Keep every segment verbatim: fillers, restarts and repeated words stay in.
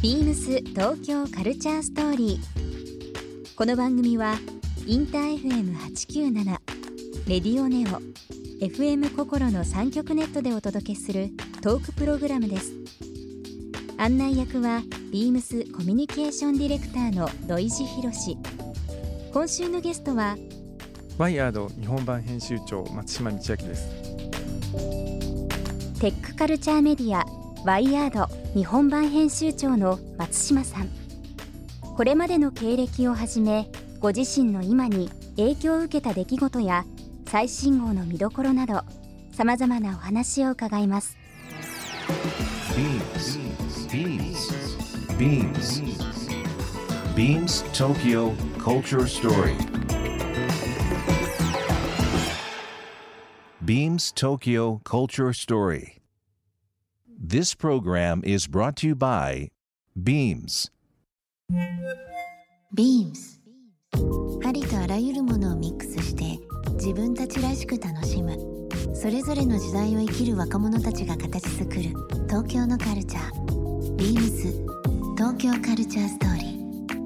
ビームス東京カルチャーストーリー。この番組はインター エフエムはちきゅうなな、レディオネオ、エフエム 心のさん局ネットでお届けするトークプログラムです。案内役はビームスコミュニケーションディレクターの土井博志。今週のゲストはワイヤード日本版編集長松島道明です。 テックカルチャーメディアワイヤード日本版編集長の松島さん。これまでの経歴をはじめ、ご自身の今に影響を受けた出来事や最新号の見どころなど、さまざまなお話を伺います。 ビームス ビームス ビームス Tokyo Culture Story Beams Tokyo Culture Story. This program is brought to you by Beams. Beams ありとあらゆるものをミックスして自分たちらしく楽しむ、それぞれの時代を生きる若者たちが形作る東京のカルチャー。 Beams 東京カルチャーストーリー。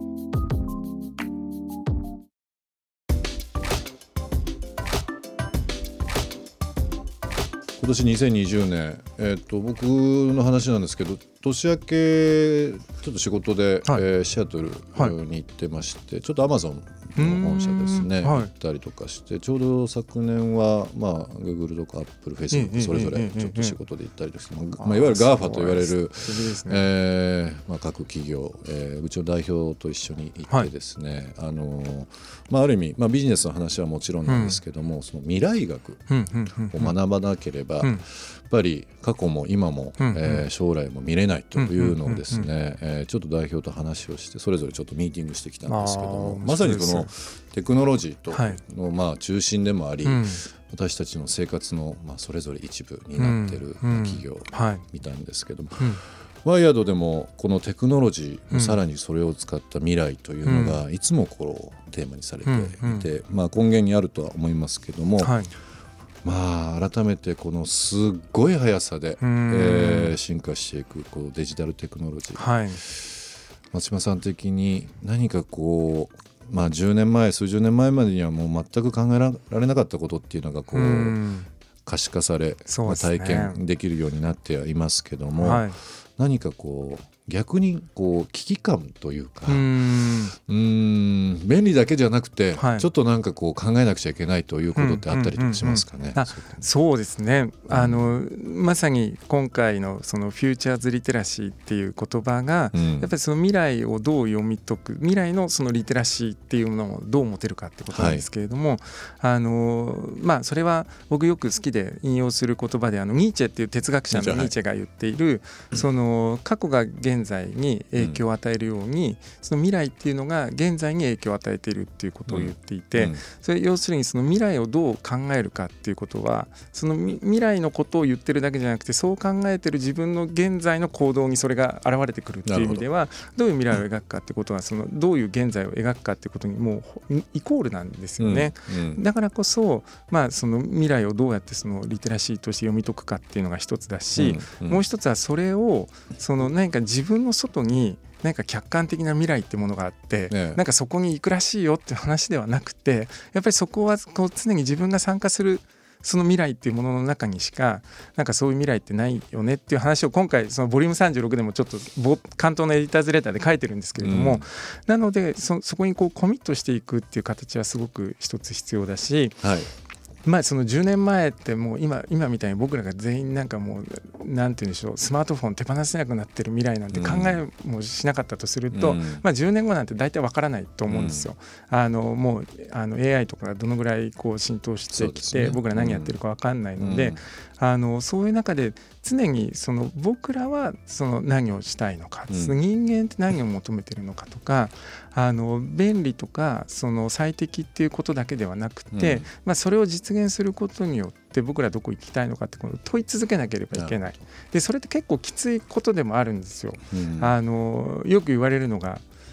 今年にせんにじゅうねん、えー、と僕の話なんですけど、年明けちょっと仕事で、はい、えー、シアトルに行ってまして、はい、ちょっとアマゾンの本社ですね、はい、行ったりとかして、ちょうど昨年は、まあ、Google とか Apple、Facebook それぞれちょっと仕事で行ったりですね、まあ、いわゆる ガーファ と言われる、えーまあ、各企業、えー、うちの代表と一緒に行ってですね、はい、あのまあ、ある意味、まあ、ビジネスの話はもちろんなんですけども、うん、その未来学を学ばなければ、うん、やっぱり過去も今も、うん、えー、将来も見れないというのをですね、えー、ちょっと代表と話をしてそれぞれちょっとミーティングしてきたんですけども、まさにこのテクノロジーとの、まあ、中心でもあり、うん、私たちの生活の、まあ、それぞれ一部になっている企業を見たんですけども、うんうん、ワイヤードでもこのテクノロジー、さらにそれを使った未来というのがいつもこうテーマにされていて、まあ、根源にあるとは思いますけども、はい、まあ、改めてこのすっごい速さで、えー、進化していくこうデジタルテクノロジー、はい、松島さん的に何かこう、まあ、じゅうねんまえ数十年前までにはもう全く考えられなかったことっていうのがこう可視化され、まあ、体験できるようになってはいますけども、はい、何かこう逆にこう危機感というか、うーんうーん便利だけじゃなくて、はい、ちょっとなんかこう考えなくちゃいけないということってあったりとかしますかね。 そうですね、あのまさに今回のそのフューチャーズリテラシーっていう言葉が、うん、やっぱりその未来をどう読み解く、未来のそのリテラシーっていうものをどう持てるかってことなんですけれども、はい、あのまあ、それは僕よく好きで引用する言葉で、あのニーチェっていう哲学者のニーチェが言っている、はい、その過去が現在に影響を与えるように、うん、その未来っていうのが現在に影響を与えているっていうことを言っていて、うんうん、それ要するにその未来をどう考えるかっていうことは、その未来のことを言ってるだけじゃなくて、そう考えてる自分の現在の行動にそれが現れてくるっていう意味では、どういう未来を描くかってことは、そのどういう現在を描くかってことにもうイコールなんですよね、うんうん、だからこそ、まあ、その未来をどうやってそのリテラシーとして読み解くかっていうのが一つだし、うんうん、もう一つはそれをその何か自分の外に何か客観的な未来ってものがあって、ね、なんかそこに行くらしいよっていう話ではなくて、やっぱりそこはこう常に自分が参加するその未来っていうものの中にしかなんかそういう未来ってないよねっていう話を今回そのボリュームさんじゅうろくでもちょっと関東のエディターズレターで書いてるんですけれども、うん、なので そ, そこにこうコミットしていくっていう形はすごく一つ必要だし、はい、まあ、そのじゅうねんまえってもう 今, 今みたいに僕らが全員なんかもうなんて言うんでしょう、スマートフォン手放せなくなってる未来なんて考えもしなかったとすると、うん、まあ、じゅうねんごなんて大体わからないと思うんですよ、うん、あのもうあの エーアイ とかがどのぐらいこう浸透してきて、ね、僕ら何やってるかわかんないので、うん、あのそういう中で常にその僕らはその何をしたいのか、うん、人間って何を求めてるのかとか、あの便利とかその最適っていうことだけではなくて、うん、まあ、それを実現することによって僕らどこ行きたいのかってことを問い続けなければいけない。でそれって結構きついことでもあるんですよ、うん、あのよく言われるのが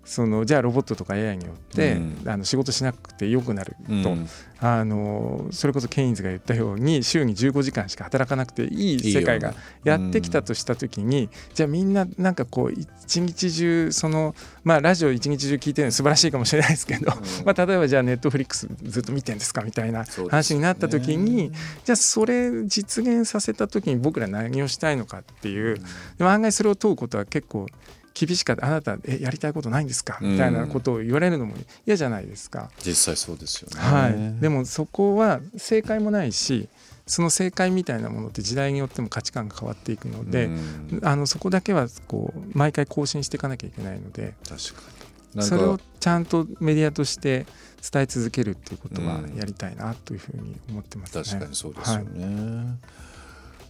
そのじゃあロボットとか エーアイ によって、うん、あの仕事しなくてよくなると、うん、あのそれこそケインズが言ったように週にじゅうごじかんしか働かなくていい世界がやってきたとしたときに、いいよね、うん、じゃあみんななんかこう一日中その、まあ、ラジオ一日中聞いてるの素晴らしいかもしれないですけど、うんまあ、例えばじゃあネットフリックスずっと見てるんですかみたいな話になったときに、ね、じゃあそれ実現させたときに僕ら何をしたいのかっていう、うん、でも案外それを問うことは結構厳しかった。あなたえやりたいことないんですかみたいなことを言われるのも嫌じゃないですか。 実際そうですよね、 はい、でもそこは正解もないし、その正解みたいなものって時代によっても価値観が変わっていくので、あのそこだけはこう毎回更新していかなきゃいけないので、 確かにそれをちゃんとメディアとして伝え続けるっていうことはやりたいなというふうに思ってますね。 確かにそうですよね、はい、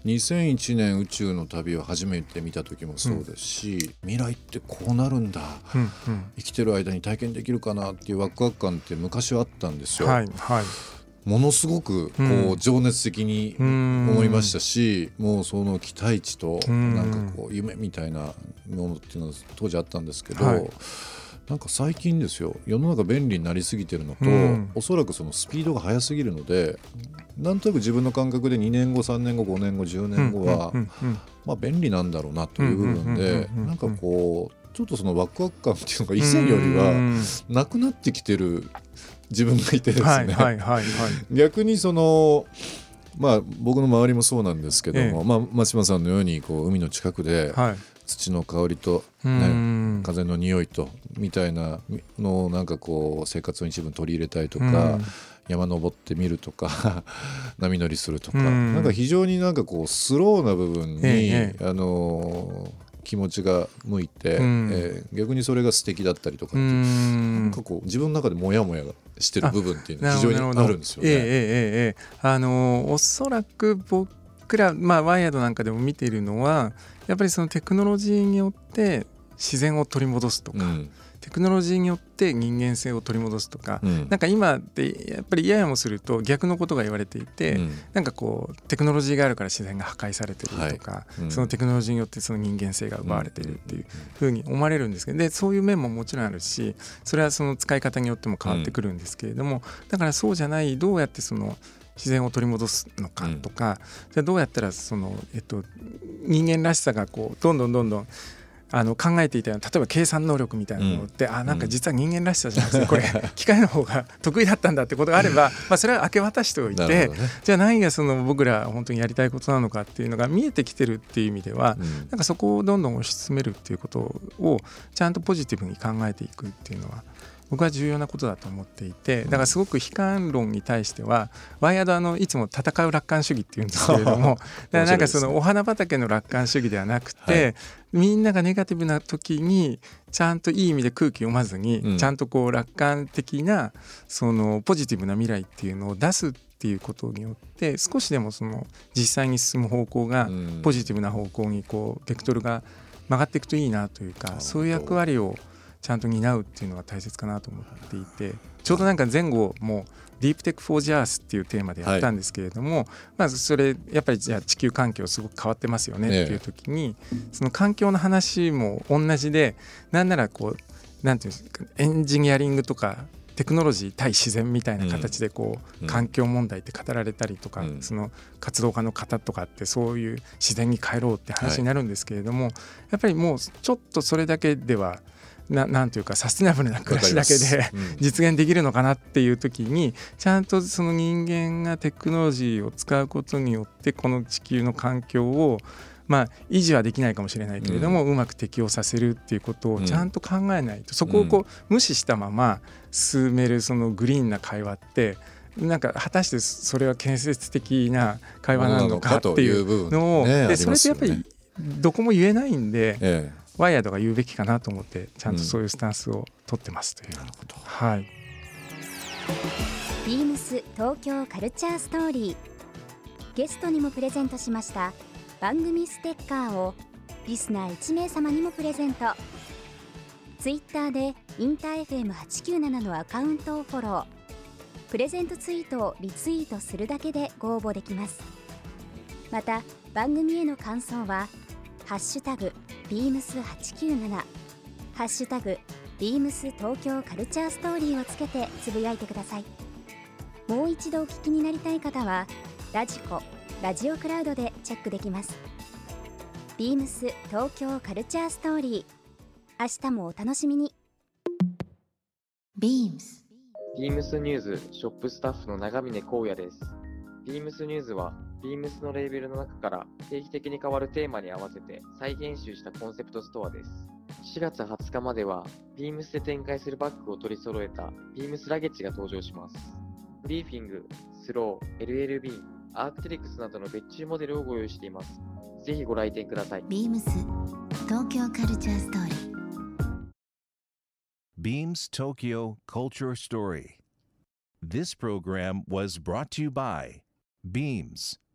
にせんいちねん宇宙の旅を初めて見た時もそうですし、うん、未来ってこうなるんだ、うんうん、生きてる間に体験できるかなっていうワクワク感って昔はあったんですよ、はいはい、ものすごくこう情熱的に思いましたし、うん、もうその期待値となんかこう夢みたいなものっていうのは当時あったんですけど、はい、なんか最近ですよ、世の中便利になりすぎてるのと、うん、おそらくそのスピードが速すぎるので、なんとなく自分の感覚でにねんごさんねんごごねんごじゅうねんごは、うんうんうんうん、まあ、便利なんだろうなという部分で、なんかこうちょっとそのワクワク感っていうのが以前よりはなくなってきてる自分がいてですね、はいはいはいはい、逆にそのまあ僕の周りもそうなんですけども、ええ、まあ、松島さんのようにこう海の近くで、はい、土の香りと、ね、風の匂いとみたいなのをなんかこう生活の一部に取り入れたいとか、山登ってみるとか波乗りするとか、なんか非常になんかこうスローな部分に、ええ、あの気持ちが向いて、うんえー、逆にそれが素敵だったりとかっていう、なんかこう自分の中でモヤモヤしてる部分っていうのは非常にあるんですよね。えーえーえー、あのー、おそらく僕ら、まあ、ワイヤードなんかでも見ているのは、やっぱりそのテクノロジーによって自然を取り戻すとか、うん、テクノロジーによって人間性を取り戻すとか、うん、なんか今ってやっぱりややもすると逆のことが言われていて、うん、なんかこうテクノロジーがあるから自然が破壊されてるとか、はいうん、そのテクノロジーによってその人間性が奪われてるっていうふうに思われるんですけど、でそういう面ももちろんあるし、それはその使い方によっても変わってくるんですけれども、だからそうじゃない、どうやってその自然を取り戻すのかとか、うん、じゃあどうやったらその、えっと、人間らしさがこうどんどんどんどんあの考えていたような、例えば計算能力みたいなものって、うん、あなんか実は人間らしさじゃなくて、これ機械の方が得意だったんだってことがあれば、まあそれは明け渡しておいて、ね、じゃあ何がその僕ら本当にやりたいことなのかっていうのが見えてきてるっていう意味では、うん、なんかそこをどんどん推し進めるっていうことをちゃんとポジティブに考えていくっていうのは僕は重要なことだと思っていて、だからすごく悲観論に対してはワイヤードあのいつも戦う楽観主義っていうんですけれどもだからなんかそのお花畑の楽観主義ではなくて、はい、みんながネガティブな時にちゃんといい意味で空気読まずに、うん、ちゃんとこう楽観的なそのポジティブな未来っていうのを出すっていうことによって少しでもその実際に進む方向がポジティブな方向にこうベクトルが曲がっていくといいなというか、そういう役割をちゃんと担うっていうのが大切かなと思っていて、ちょうどなんか前後もディープテックフォージアースっていうテーマでやったんですけれども、はい、まあそれやっぱりじゃあ地球環境すごく変わってますよねっていう時に、その環境の話も同じで、なんならこうなんていうんですか、エンジニアリングとかテクノロジー対自然みたいな形でこう、うん、環境問題って語られたりとか、うん、その活動家の方とかってそういう自然に帰ろうって話になるんですけれども、はい、やっぱりもうちょっとそれだけではな, なんていうかサステナブルな暮らしだけで、うん、実現できるのかなっていう時に、ちゃんとその人間がテクノロジーを使うことによってこの地球の環境をまあ維持はできないかもしれないけれども、うん、うまく適応させるっていうことをちゃんと考えないと、うん、そこをこう無視したまま進めるそのグリーンな会話ってなんか果たしてそれは建設的な会話なのかっていうのを、でそれってやっぱりどこも言えないんで、ええ、ワイヤードが言うべきかなと思ってちゃんとそういうスタンスを取ってますという、うん、なるほど、はい、 ビームス東京カルチャーストーリー、ゲストにもプレゼントしました番組ステッカーをリスナーいち名様にもプレゼント。ツイッターでインター エフエムはちきゅうなな のアカウントをフォロー、プレゼントツイートをリツイートするだけでご応募できます。また番組への感想はハッシュタグビームスはちきゅうなな、ハッシュタグビームス東京カルチャーストーリーをつけてつぶやいてください。もう一度お聞きになりたい方はラジコ、ラジオクラウドでチェックできます。ビームス東京カルチャーストーリー、明日もお楽しみに。 ビームスビームスニューズショップスタッフの長峰光也です。ビームスニューズはビームスのレーベルの中から定期的に変わるテーマに合わせて再編集したコンセプトストアです。しがつはつかまではビームスで展開するバッグを取り揃えたビームスラゲッジが登場します。ブリーフィング、スロー、エルエルビー、アークテリクスなどの別注モデルをご用意しています。ぜひご来店ください。 ビームス東京カルチャーストーリー。 Beams Tokyo Culture Story. This program was brought to you by Beams.